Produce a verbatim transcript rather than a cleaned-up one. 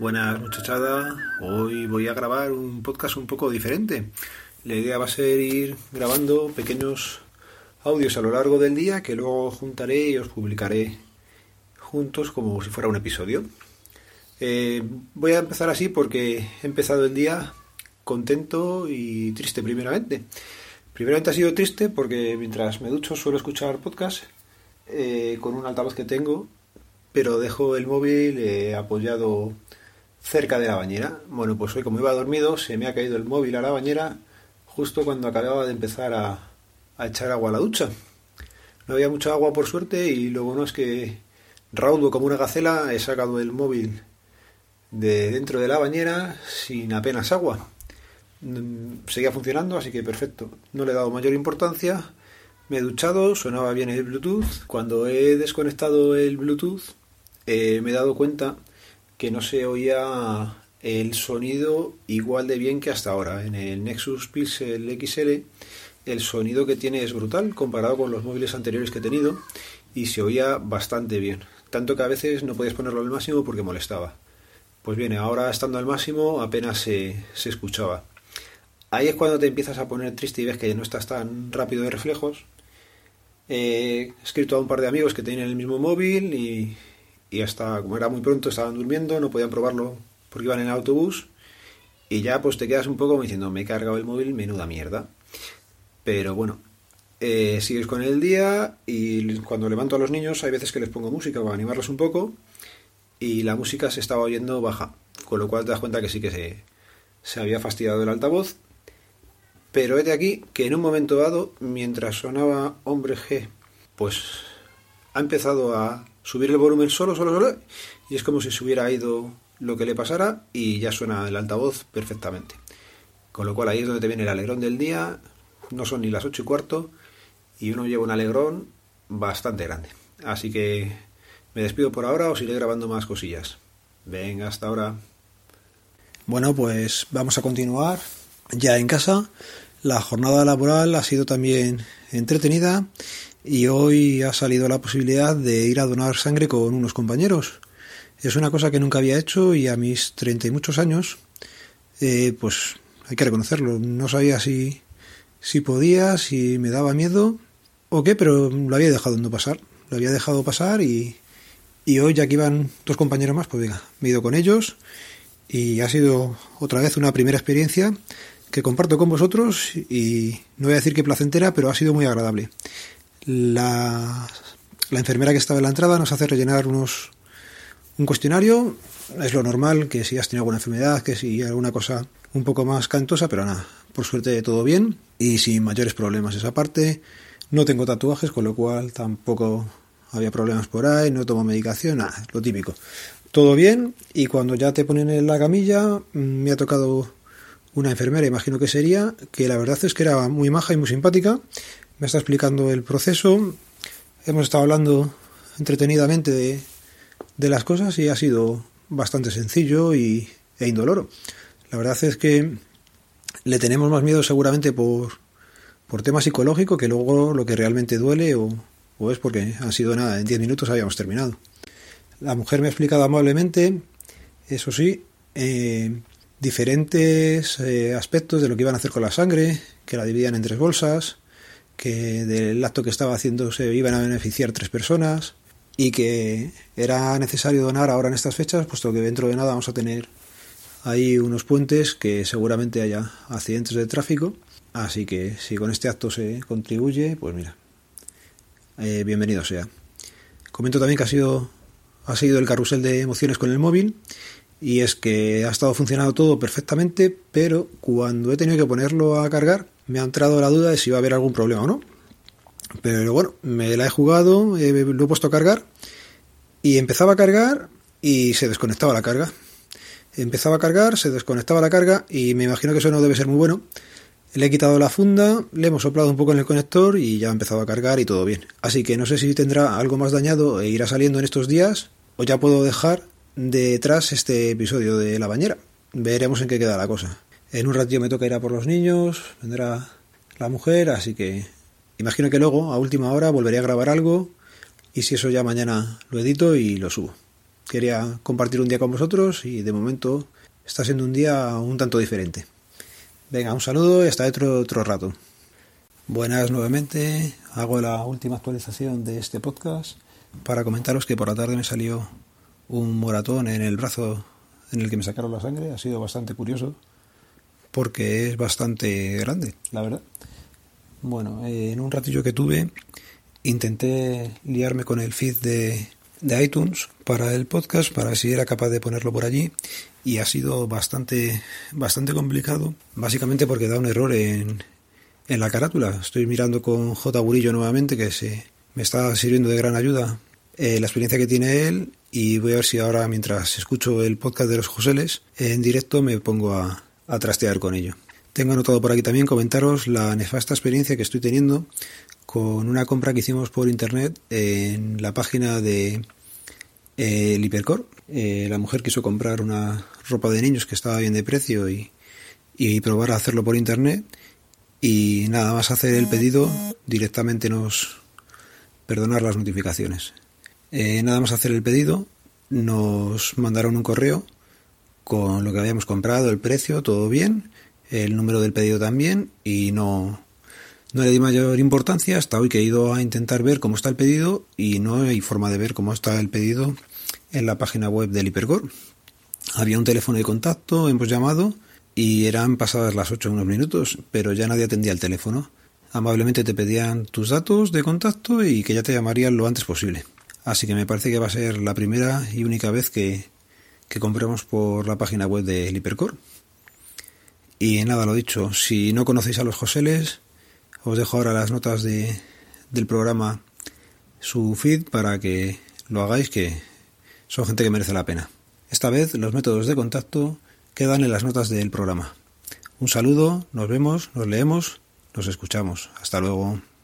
Buenas muchachada, hoy voy a grabar un podcast un poco diferente. La idea va a ser ir grabando pequeños audios a lo largo del día que luego juntaré y os publicaré juntos como si fuera un episodio. Eh, voy a empezar así porque he empezado el día contento y triste primeramente. Primeramente ha sido triste porque mientras me ducho suelo escuchar podcast eh, con un altavoz que tengo, pero dejo el móvil eh, apoyado cerca de la bañera. Bueno, pues hoy como iba dormido se me ha caído el móvil a la bañera justo cuando acababa de empezar a, a echar agua a la ducha. No había mucha agua por suerte y lo bueno es que raudo como una gacela he sacado el móvil de dentro de la bañera sin apenas agua. Seguía funcionando, así que perfecto. No le he dado mayor importancia. Me he duchado, sonaba bien el Bluetooth. Cuando he desconectado el Bluetooth eh, me he dado cuenta que no se oía el sonido igual de bien que hasta ahora. En el Nexus Pixel X L el sonido que tiene es brutal comparado con los móviles anteriores que he tenido y se oía bastante bien. Tanto que a veces no podías ponerlo al máximo porque molestaba. Pues bien, ahora estando al máximo apenas se, se escuchaba. Ahí es cuando te empiezas a poner triste y ves que no estás tan rápido de reflejos. He escrito a un par de amigos que tenían el mismo móvil y, y hasta como era muy pronto estaban durmiendo, no podían probarlo porque iban en el autobús y ya pues te quedas un poco diciendo me he cargado el móvil, menuda mierda. Pero bueno, eh, sigues con el día y cuando levanto a los niños hay veces que les pongo música para animarlos un poco y la música se estaba oyendo baja, con lo cual te das cuenta que sí que se, se había fastidiado el altavoz. Pero es de aquí que en un momento dado, mientras sonaba Hombre G, pues ha empezado a subir el volumen solo, solo, solo, y es como si se hubiera ido lo que le pasara y ya suena el altavoz perfectamente. Con lo cual ahí es donde te viene el alegrón del día, no son ni las ocho y cuarto, y uno lleva un alegrón bastante grande. Así que me despido por ahora, os iré grabando más cosillas. Venga, hasta ahora. Bueno, pues vamos a continuar ya en casa. La jornada laboral ha sido también entretenida y hoy ha salido la posibilidad de ir a donar sangre con unos compañeros. Es una cosa que nunca había hecho y a mis treinta y muchos años, eh, pues hay que reconocerlo. No sabía si, si podía, si me daba miedo o qué, pero lo había dejado no pasar. Lo había dejado pasar y, y hoy ya que iban dos compañeros más, pues venga, me he ido con ellos y ha sido otra vez una primera experiencia que comparto con vosotros y no voy a decir que placentera, pero ha sido muy agradable. La, la enfermera que estaba en la entrada nos hace rellenar unos un cuestionario. Es lo normal, que si has tenido alguna enfermedad, que si alguna cosa un poco más cantosa, pero nada, por suerte todo bien y sin mayores problemas esa parte. No tengo tatuajes, con lo cual tampoco había problemas por ahí, no tomo medicación, nada, lo típico. Todo bien y cuando ya te ponen en la camilla me ha tocado una enfermera, imagino que sería, que la verdad es que era muy maja y muy simpática. Me está explicando el proceso. Hemos estado hablando entretenidamente de, de las cosas y ha sido bastante sencillo y, e indoloro. La verdad es que le tenemos más miedo seguramente por, por tema psicológico que luego lo que realmente duele o, o es porque han sido nada, en diez minutos habíamos terminado. La mujer me ha explicado amablemente, eso sí, eh, diferentes eh, aspectos de lo que iban a hacer con la sangre, que la dividían en tres bolsas, que del acto que estaba haciendo se iban a beneficiar tres personas y que era necesario donar ahora en estas fechas, puesto que dentro de nada vamos a tener ahí unos puentes que seguramente haya accidentes de tráfico, así que si con este acto se contribuye, pues mira, eh, bienvenido sea. Comento también que ha sido ha seguido el carrusel de emociones con el móvil. Y es que ha estado funcionando todo perfectamente, pero cuando he tenido que ponerlo a cargar me ha entrado la duda de si iba a haber algún problema o no. Pero bueno, me la he jugado, eh, lo he puesto a cargar y empezaba a cargar y se desconectaba la carga. Empezaba a cargar, se desconectaba la carga y me imagino que eso no debe ser muy bueno. Le he quitado la funda, le hemos soplado un poco en el conector y ya ha empezado a cargar y todo bien. Así que no sé si tendrá algo más dañado e irá saliendo en estos días o ya puedo dejar detrás este episodio de la bañera. Veremos en qué queda la cosa. En un ratito me toca ir a por los niños, vendrá la mujer, así que imagino que luego, a última hora, volveré a grabar algo y si eso ya mañana lo edito y lo subo. quería compartir un día con vosotros y de momento está siendo un día un tanto diferente. Venga, un saludo y hasta dentro de otro rato. Buenas nuevamente, hago la última actualización de este podcast para comentaros que por la tarde me salió un moratón en el brazo en el que me sacaron la sangre. Ha sido bastante curioso porque es bastante grande, la verdad. Bueno, eh, en un ratillo que tuve intenté liarme con el feed de, de iTunes para el podcast, para ver si era capaz de ponerlo por allí, y ha sido bastante bastante complicado, básicamente porque da un error en, en la carátula. Estoy mirando con J. Burillo nuevamente, que se, me está sirviendo de gran ayuda eh, la experiencia que tiene él, y voy a ver si ahora, mientras escucho el podcast de los Joseles en directo, me pongo a, a trastear con ello. Tengo anotado por aquí también comentaros la nefasta experiencia que estoy teniendo con una compra que hicimos por internet en la página de eh, Hipercore. Eh, la mujer quiso comprar una ropa de niños que estaba bien de precio y, y probar a hacerlo por internet, y nada más hacer el pedido directamente nos perdonar las notificaciones. Eh, nada más hacer el pedido nos mandaron un correo con lo que habíamos comprado, el precio, todo bien, el número del pedido también, y no, no le di mayor importancia hasta hoy, que he ido a intentar ver cómo está el pedido y no hay forma de ver cómo está el pedido en la página web del Hipercore. Había un teléfono de contacto, hemos llamado y eran pasadas las ocho unos minutos, pero ya nadie atendía el teléfono. Amablemente te pedían tus datos de contacto y que ya te llamarían lo antes posible. Así que me parece que va a ser la primera y única vez que, que compremos por la página web del Hipercore. Y nada, lo dicho, si no conocéis a los Joseles, os dejo ahora las notas de, del programa, su feed, para que lo hagáis, que son gente que merece la pena. Esta vez los métodos de contacto quedan en las notas del programa. Un saludo, nos vemos, nos leemos, nos escuchamos. Hasta luego.